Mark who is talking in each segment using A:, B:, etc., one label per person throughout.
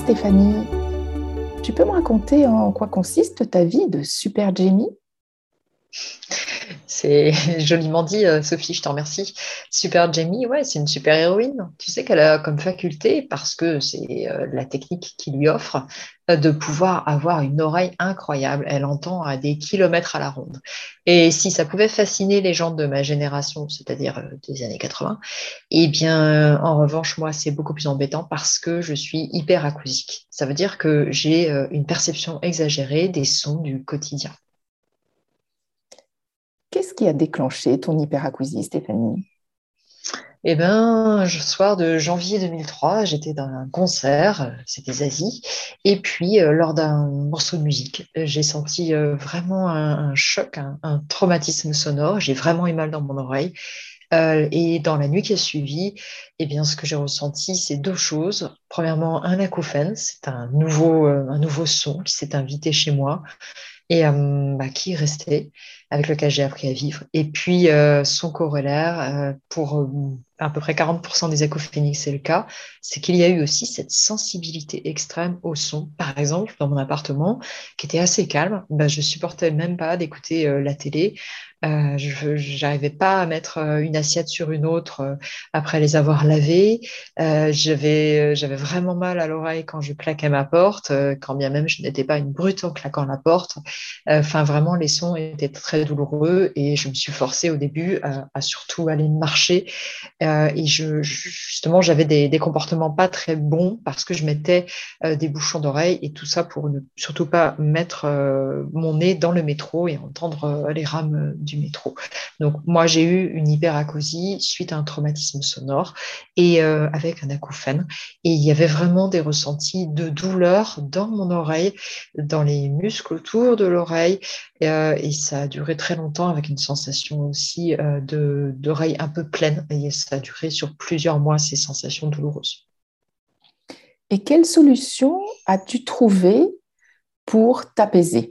A: Stéphanie, tu peux me raconter en quoi consiste ta vie de Super Jamie?
B: C'est joliment dit, Sophie, je te remercie. Super Jamie, ouais, c'est une super héroïne. Tu sais qu'elle a comme faculté, parce que c'est la technique qui lui offre, de pouvoir avoir une oreille incroyable. Elle entend à des kilomètres à la ronde. Et si ça pouvait fasciner les gens de ma génération, c'est-à-dire des années 80, eh bien, en revanche, moi, c'est beaucoup plus embêtant parce que je suis hyperacousique. Ça veut dire que j'ai une perception exagérée des sons du quotidien.
A: Qu'est-ce qui a déclenché ton hyperacousie, Stéphanie?
B: Eh bien, soir de janvier 2003, j'étais dans un concert, c'était Zazie, et puis lors d'un morceau de musique, j'ai senti vraiment un choc, un traumatisme sonore, j'ai vraiment eu mal dans mon oreille. Et dans la nuit qui a suivi, eh bien, ce que j'ai ressenti, c'est deux choses. Premièrement, un acouphène, c'est un nouveau son qui s'est invité chez moi et qui est resté, avec lequel j'ai appris à vivre. Et puis, son corollaire, pour à peu près 40% des acouphéniques, c'est le cas, c'est qu'il y a eu aussi cette sensibilité extrême au son. Par exemple, dans mon appartement, qui était assez calme, je supportais même pas d'écouter la télé. Je n'arrivais pas à mettre une assiette sur une autre après les avoir lavées. J'avais vraiment mal à l'oreille quand je claquais ma porte, quand bien même je n'étais pas une brute en claquant la porte. Enfin, vraiment, les sons étaient très douloureux et je me suis forcée au début à surtout aller marcher. Justement, j'avais des comportements pas très bons parce que je mettais des bouchons d'oreille et tout ça pour ne surtout pas mettre mon nez dans le métro et entendre les rames du métro. Donc, moi, j'ai eu une hyperacousie suite à un traumatisme sonore et avec un acouphène. Et il y avait vraiment des ressentis de douleur dans mon oreille, dans les muscles autour de l'oreille. Et ça a duré très longtemps avec une sensation aussi d'oreille un peu pleine. Et ça a duré sur plusieurs mois, ces sensations douloureuses.
A: Et quelle solution as-tu trouvé pour t'apaiser?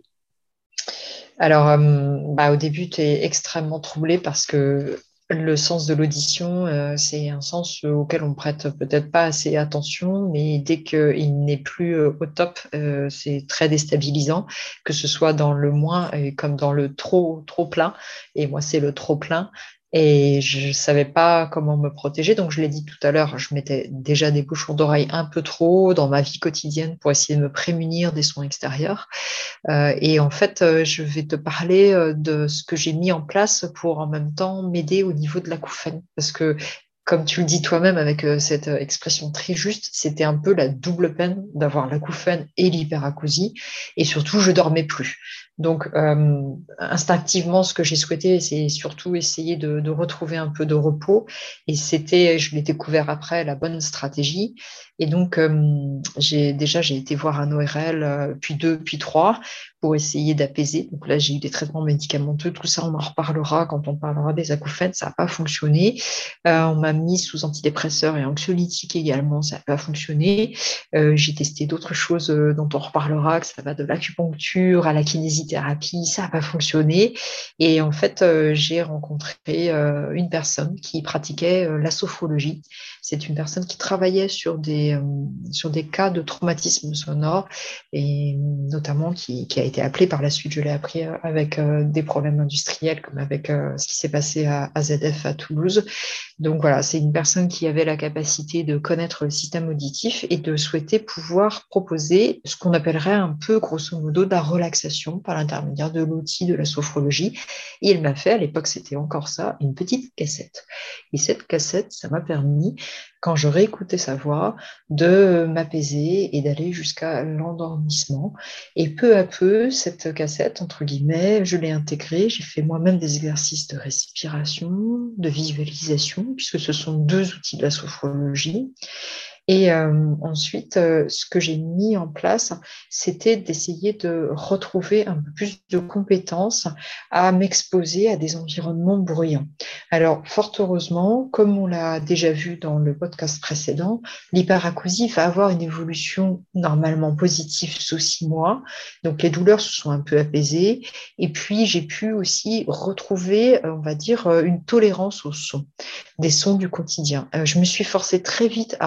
B: Alors, au début, tu es extrêmement troublé parce que le sens de l'audition, c'est un sens auquel on prête peut-être pas assez attention, mais dès qu'il n'est plus au top, c'est très déstabilisant, que ce soit dans le moins comme dans le trop, trop plein. Et moi, c'est le trop plein. Et je ne savais pas comment me protéger. Donc, je l'ai dit tout à l'heure, je mettais déjà des bouchons d'oreille un peu trop dans ma vie quotidienne pour essayer de me prémunir des sons extérieurs. Et en fait, je vais te parler de ce que j'ai mis en place pour en même temps m'aider au niveau de l'acouphène. Parce que, comme tu le dis toi-même avec cette expression très juste, c'était un peu la double peine d'avoir l'acouphène et l'hyperacousie. Et surtout, je dormais plus. Donc, instinctivement, ce que j'ai souhaité, c'est surtout essayer de retrouver un peu de repos. Et c'était, je l'ai découvert après, la bonne stratégie. Et donc, j'ai été voir un ORL, puis deux, puis trois, pour essayer d'apaiser. Donc là, j'ai eu des traitements médicamenteux, tout ça, on en reparlera quand on parlera des acouphènes, ça n'a pas fonctionné. On m'a mis sous antidépresseurs et anxiolytiques également, ça n'a pas fonctionné. J'ai testé d'autres choses dont on reparlera, que ça va de l'acupuncture à la kinésithérapie, ça n'a pas fonctionné. Et en fait, j'ai rencontré une personne qui pratiquait la sophrologie. C'est une personne qui travaillait sur des cas de traumatisme sonore et notamment qui a été appelée par la suite, je l'ai appris avec des problèmes industriels comme avec ce qui s'est passé à AZF à Toulouse. Donc voilà, c'est une personne qui avait la capacité de connaître le système auditif et de souhaiter pouvoir proposer ce qu'on appellerait un peu grosso modo de la relaxation par l'intermédiaire de l'outil de la sophrologie. Et il m'a fait, à l'époque c'était encore ça, une petite cassette. Et cette cassette, ça m'a permis, quand je réécoutais sa voix, de m'apaiser et d'aller jusqu'à l'endormissement. Et peu à peu, cette cassette, entre guillemets, je l'ai intégrée. J'ai fait moi-même des exercices de respiration, de visualisation, puisque ce sont deux outils de la sophrologie. Et ensuite, ce que j'ai mis en place, c'était d'essayer de retrouver un peu plus de compétences à m'exposer à des environnements bruyants. Alors, fort heureusement, comme on l'a déjà vu dans le podcast précédent, l'hyperacousie va avoir une évolution normalement positive sous 6 mois. Donc, les douleurs se sont un peu apaisées. Et puis, j'ai pu aussi retrouver, on va dire, une tolérance au son, des sons du quotidien. Je me suis forcée très vite à retourner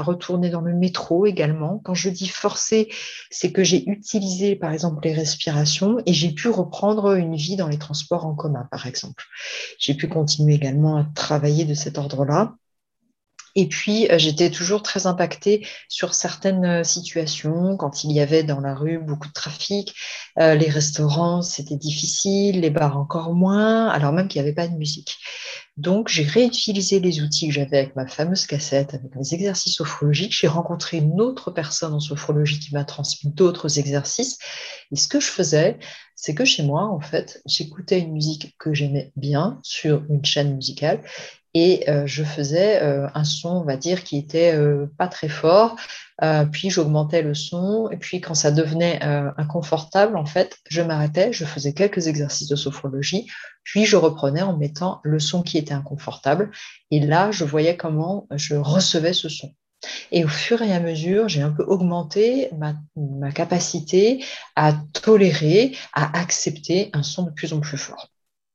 B: est dans le métro également. Quand je dis forcer, c'est que j'ai utilisé, par exemple, les respirations et j'ai pu reprendre une vie dans les transports en commun, par exemple. J'ai pu continuer également à travailler de cet ordre-là. Et puis, j'étais toujours très impactée sur certaines situations, quand il y avait dans la rue beaucoup de trafic, les restaurants, c'était difficile, les bars encore moins, alors même qu'il n'y avait pas de musique. Donc, j'ai réutilisé les outils que j'avais avec ma fameuse cassette, avec mes exercices sophrologiques. J'ai rencontré une autre personne en sophrologie qui m'a transmis d'autres exercices. Et ce que je faisais, c'est que chez moi, en fait, j'écoutais une musique que j'aimais bien sur une chaîne musicale et je faisais un son, on va dire, qui était pas très fort. Puis j'augmentais le son. Et puis quand ça devenait inconfortable, en fait, je m'arrêtais, je faisais quelques exercices de sophrologie, puis je reprenais en mettant le son qui était inconfortable. Et là, je voyais comment je recevais ce son. Et au fur et à mesure, j'ai un peu augmenté ma capacité à tolérer, à accepter un son de plus en plus fort.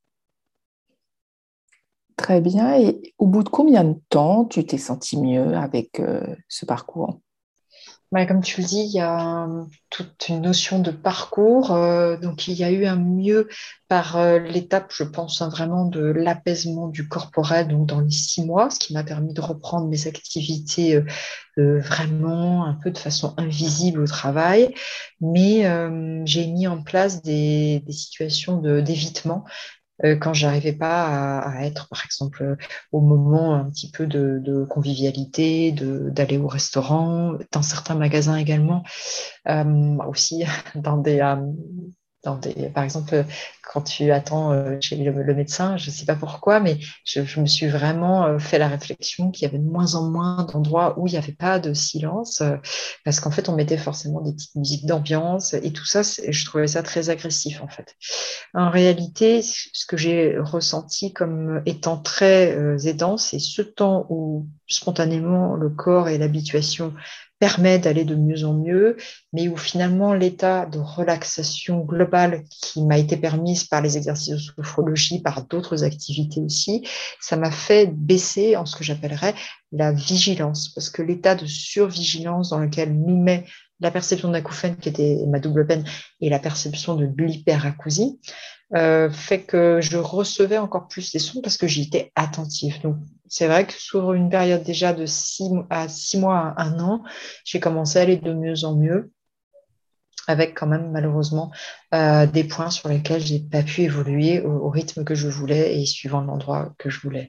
A: Très bien. Et au bout de combien de temps tu t'es senti mieux avec ce parcours?
B: Ouais, comme tu le dis, il y a toute une notion de parcours. Donc, il y a eu un mieux par l'étape, je pense, hein, vraiment de l'apaisement du corporel, donc dans les 6 mois, ce qui m'a permis de reprendre mes activités vraiment un peu de façon invisible au travail. Mais j'ai mis en place des situations d'évitement quand j'arrivais pas à être, par exemple, au moment un petit peu de convivialité, d'aller au restaurant, dans certains magasins également, aussi dans par exemple, quand tu attends chez le médecin, je ne sais pas pourquoi, mais je me suis vraiment fait la réflexion qu'il y avait de moins en moins d'endroits où il n'y avait pas de silence, parce qu'en fait, on mettait forcément des petites musiques d'ambiance et tout ça, je trouvais ça très agressif, en fait. En réalité, ce que j'ai ressenti comme étant très aidant, c'est ce temps où spontanément le corps et l'habituation permettent d'aller de mieux en mieux, mais où finalement l'état de relaxation globale qui m'a été permise par les exercices de sophrologie, par d'autres activités aussi, ça m'a fait baisser en ce que j'appellerais la vigilance, parce que l'état de survigilance dans lequel nous met la perception d'acouphène, qui était ma double peine, et la perception de l'hyperacousie, fait que je recevais encore plus les sons parce que j'y étais attentive. Donc, c'est vrai que sur une période déjà de 6 mois à 1 an, j'ai commencé à aller de mieux en mieux, avec quand même malheureusement des points sur lesquels j'ai pas pu évoluer au rythme que je voulais et suivant l'endroit que je voulais.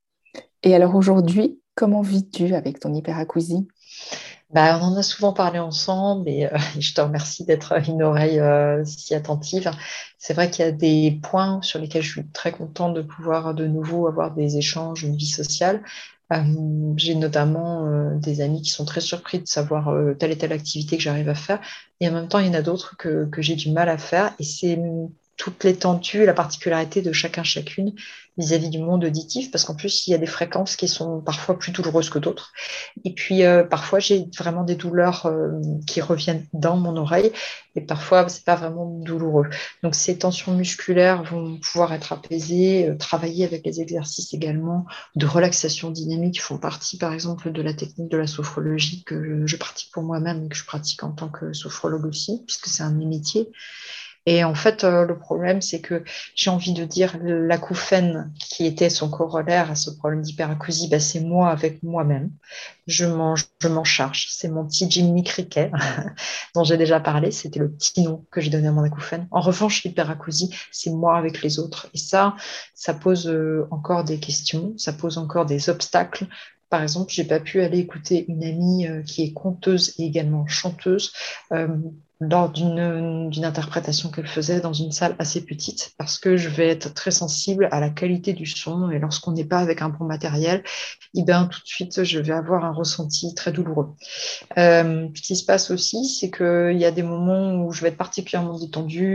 A: Et alors aujourd'hui, comment vis-tu avec ton hyperacousie?
B: Bah, on en a souvent parlé ensemble et je te remercie d'être une oreille si attentive. C'est vrai qu'il y a des points sur lesquels je suis très contente de pouvoir de nouveau avoir des échanges, une vie sociale. Euh, j'ai notamment des amis qui sont très surpris de savoir telle et telle activité que j'arrive à faire. Et en même temps, il y en a d'autres que j'ai du mal à faire. Et c'est toute l'étendue et la particularité de chacun, chacune vis-à-vis du monde auditif, parce qu'en plus, il y a des fréquences qui sont parfois plus douloureuses que d'autres. Et puis, parfois, j'ai vraiment des douleurs qui reviennent dans mon oreille et parfois, c'est pas vraiment douloureux. Donc, ces tensions musculaires vont pouvoir être apaisées, travailler avec les exercices également de relaxation dynamique qui font partie, par exemple, de la technique de la sophrologie que je pratique pour moi-même et que je pratique en tant que sophrologue aussi, puisque c'est un de mes métiers. Et en fait, le problème, c'est que j'ai envie de dire l'acouphène qui était son corollaire à ce problème d'hyperacousie, bah, c'est moi avec moi-même. Je m'en charge. C'est mon petit Jiminy Cricket dont j'ai déjà parlé. C'était le petit nom que j'ai donné à mon acouphène. En revanche, l'hyperacousie, c'est moi avec les autres. Et ça pose encore des questions, ça pose encore des obstacles. Par exemple, j'ai pas pu aller écouter une amie qui est conteuse et également chanteuse euh, lors d'une interprétation qu'elle faisait dans une salle assez petite parce que je vais être très sensible à la qualité du son et lorsqu'on n'est pas avec un bon matériel, eh ben, tout de suite, je vais avoir un ressenti très douloureux. Ce qui se passe aussi, c'est qu'il y a des moments où je vais être particulièrement détendue,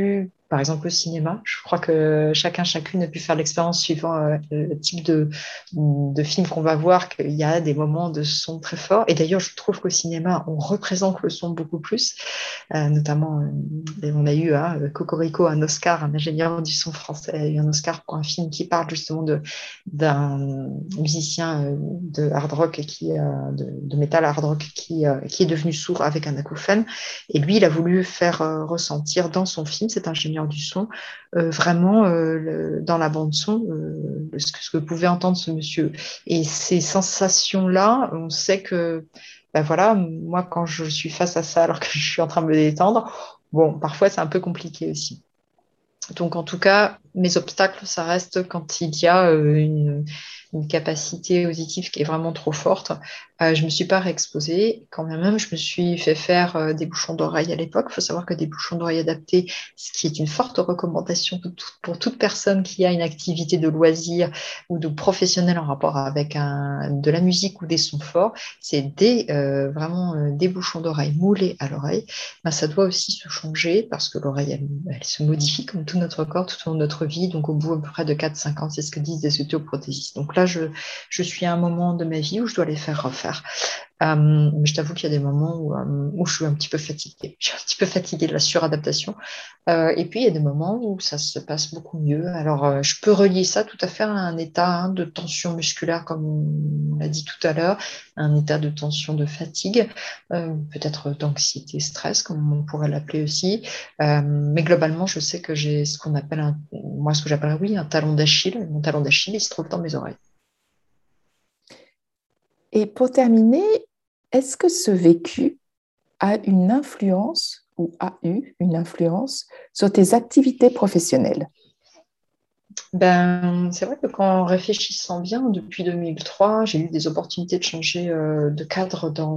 B: par exemple, au cinéma. Je crois que chacune a pu faire l'expérience suivant le type de film qu'on va voir, qu'il y a des moments de son très forts. Et d'ailleurs, je trouve qu'au cinéma, on représente le son beaucoup plus. Notamment, on a eu Cocorico, un Oscar, un ingénieur du son français, a eu un Oscar pour un film qui parle justement d'un musicien de hard rock, de métal hard rock qui est devenu sourd avec un acouphène. Et lui, il a voulu faire ressentir dans son film, cet ingénieur du son, vraiment dans la bande son, ce que pouvait entendre ce monsieur. Et ces sensations-là, on sait que, ben voilà, moi, quand je suis face à ça alors que je suis en train de me détendre, bon, parfois c'est un peu compliqué aussi. Donc, en tout cas, mes obstacles, ça reste quand il y a une capacité auditive qui est vraiment trop forte. Je ne me suis pas réexposée. Quand bien même, je me suis fait faire des bouchons d'oreille à l'époque. Il faut savoir que des bouchons d'oreille adaptés, ce qui est une forte recommandation pour toute personne qui a une activité de loisir ou de professionnel en rapport avec de la musique ou des sons forts, c'est vraiment des bouchons d'oreille moulés à l'oreille. Ben, ça doit aussi se changer parce que l'oreille, elle se modifie comme tout notre corps tout au long de notre vie. Donc, au bout à peu près de 4-5 ans, c'est ce que disent des ostéoprothésistes. Donc là, je suis à un moment de ma vie où je dois les faire refaire. Mais je t'avoue qu'il y a des moments où je suis un petit peu fatiguée. Je suis un petit peu fatiguée de la suradaptation. Et puis, il y a des moments où ça se passe beaucoup mieux. Alors, je peux relier ça tout à fait à un état de tension musculaire, comme on l'a dit tout à l'heure, un état de tension, de fatigue, peut-être d'anxiété, stress, comme on pourrait l'appeler aussi. Mais globalement, je sais que j'ai ce qu'on appelle, moi, ce que j'appelle, oui, un talon d'Achille. Mon talon d'Achille, il se trouve dans mes oreilles.
A: Et pour terminer, est-ce que ce vécu a une influence ou a eu une influence sur tes activités professionnelles?
B: Ben, c'est vrai que qu'en réfléchissant bien, depuis 2003, j'ai eu des opportunités de changer de cadre dans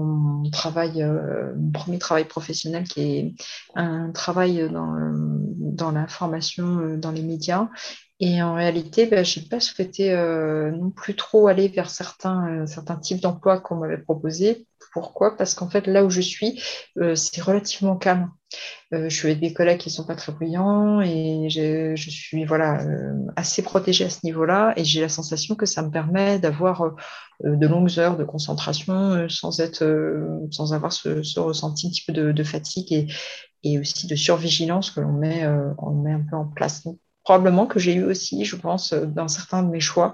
B: mon premier travail professionnel, qui est un travail dans l'information, dans les médias. Et en réalité, ben, je n'ai pas souhaité non plus trop aller vers certains types d'emplois qu'on m'avait proposés. Pourquoi? Parce qu'en fait, là où je suis, c'est relativement calme. Je suis avec des collègues qui ne sont pas très bruyants et je suis voilà, assez protégée à ce niveau-là et j'ai la sensation que ça me permet d'avoir de longues heures de concentration sans avoir ce ressenti un petit peu de fatigue et aussi de survigilance que on met un peu en place. Donc, probablement que j'ai eu aussi, je pense, dans certains de mes choix,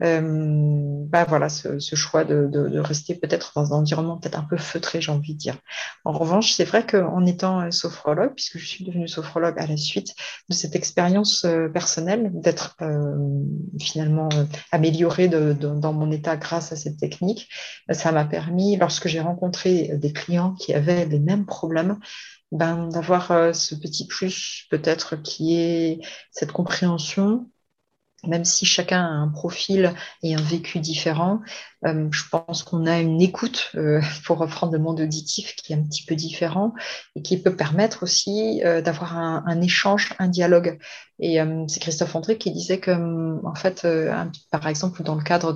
B: bah voilà, ce choix de rester peut-être dans un environnement peut-être un peu feutré, j'ai envie de dire. En revanche, c'est vrai qu'en étant sophrologue, puisque je suis devenue sophrologue à la suite de cette expérience personnelle, d'être finalement améliorée dans mon état grâce à cette technique, ça m'a permis, lorsque j'ai rencontré des clients qui avaient les mêmes problèmes, ben, d'avoir ce petit plus peut-être qui est cette compréhension, même si chacun a un profil et un vécu différent, je pense qu'on a une écoute, pour reprendre le monde auditif, qui est un petit peu différent et qui peut permettre aussi d'avoir un échange, un dialogue. Et c'est Christophe André qui disait que, en fait, par exemple, dans le cadre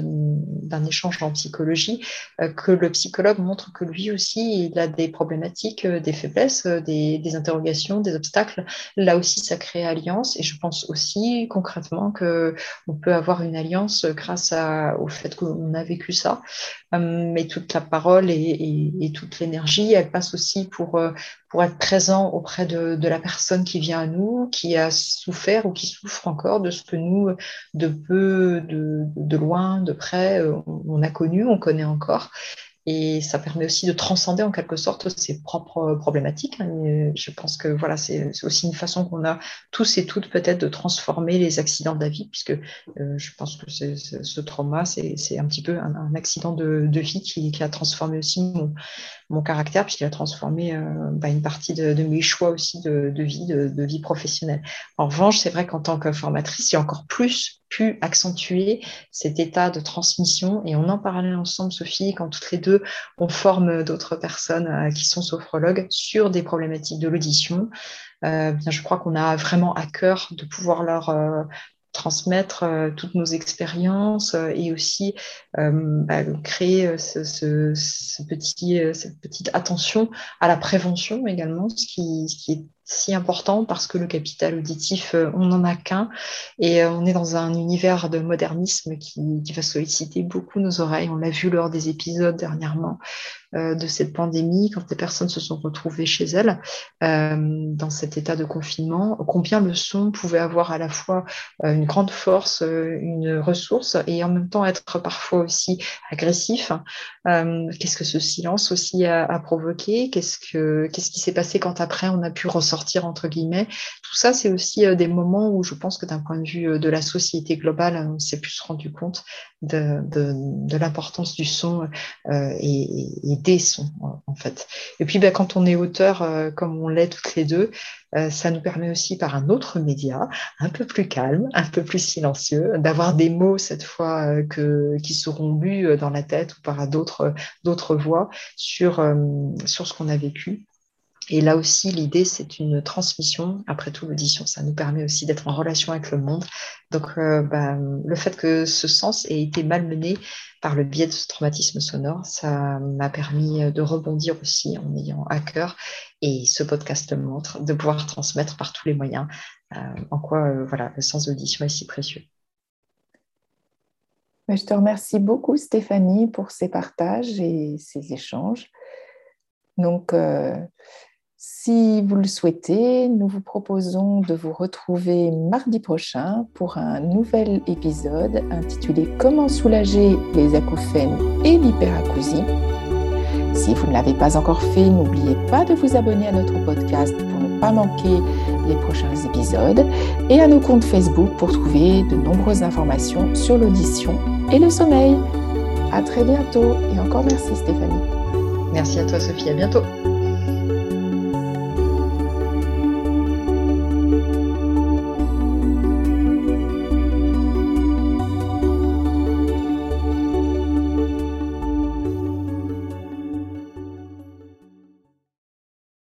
B: d'un échange en psychologie, que le psychologue montre que lui aussi, il a des problématiques, des faiblesses, des interrogations, des obstacles. Là aussi, ça crée alliance. Et je pense aussi concrètement qu'on peut avoir une alliance grâce au fait qu'on a vécu ça. Mais toute la parole et toute l'énergie, elle passe aussi pour être présent auprès de la personne qui vient à nous, qui a souffert ou qui souffre encore de ce que nous, de peu, de loin, de près, on a connu, on connaît encore. Et ça permet aussi de transcender en quelque sorte ses propres problématiques, hein. Et je pense que voilà, c'est aussi une façon qu'on a tous et toutes peut-être de transformer les accidents de la vie, puisque je pense que ce trauma, c'est un petit peu un accident de vie qui a transformé aussi mon caractère, puisqu'il a transformé bah, une partie de mes choix aussi de vie professionnelle. En revanche, c'est vrai qu'en tant que formatrice, j'ai encore plus pu accentuer cet état de transmission. Et on en parlait ensemble, Sophie, quand toutes les deux, on forme d'autres personnes qui sont sophrologues sur des problématiques de l'audition. Bien, je crois qu'on a vraiment à cœur de pouvoir leur transmettre toutes nos expériences et aussi bah, créer cette petite attention à la prévention également, ce qui est si important parce que le capital auditif, on n'en a qu'un et on est dans un univers de modernisme qui va solliciter beaucoup nos oreilles. On l'a vu lors des épisodes dernièrement de cette pandémie, quand les personnes se sont retrouvées chez elles dans cet état de confinement, combien le son pouvait avoir à la fois une grande force, une ressource, et en même temps être parfois aussi agressif. Qu'est-ce que ce silence aussi a provoqué? Qu'est-ce qui s'est passé quand après on a pu ressortir, entre guillemets? Tout ça, c'est aussi des moments où je pense que d'un point de vue de la société globale, on s'est plus rendu compte de l'importance du son et des sons, en fait. Et puis, quand on est auteur, comme on l'est toutes les deux, ça nous permet aussi, par un autre média, un peu plus calme, un peu plus silencieux, d'avoir des mots, cette fois, qui seront lus dans la tête ou par d'autres voix sur ce qu'on a vécu. Et là aussi, l'idée, c'est une transmission. Après tout, l'audition, ça nous permet aussi d'être en relation avec le monde. Donc, le fait que ce sens ait été malmené par le biais de ce traumatisme sonore, ça m'a permis de rebondir aussi en ayant à cœur, et ce podcast le montre, de pouvoir transmettre par tous les moyens en quoi le sens de l'audition est si précieux.
A: Mais je te remercie beaucoup, Stéphanie, pour ces partages et ces échanges. Donc, si vous le souhaitez, nous vous proposons de vous retrouver mardi prochain pour un nouvel épisode intitulé « Comment soulager les acouphènes et l'hyperacousie ». Si vous ne l'avez pas encore fait, n'oubliez pas de vous abonner à notre podcast pour ne pas manquer les prochains épisodes et à nos comptes Facebook pour trouver de nombreuses informations sur l'audition et le sommeil. À très bientôt et encore merci Stéphanie.
B: Merci à toi Sophie, à bientôt.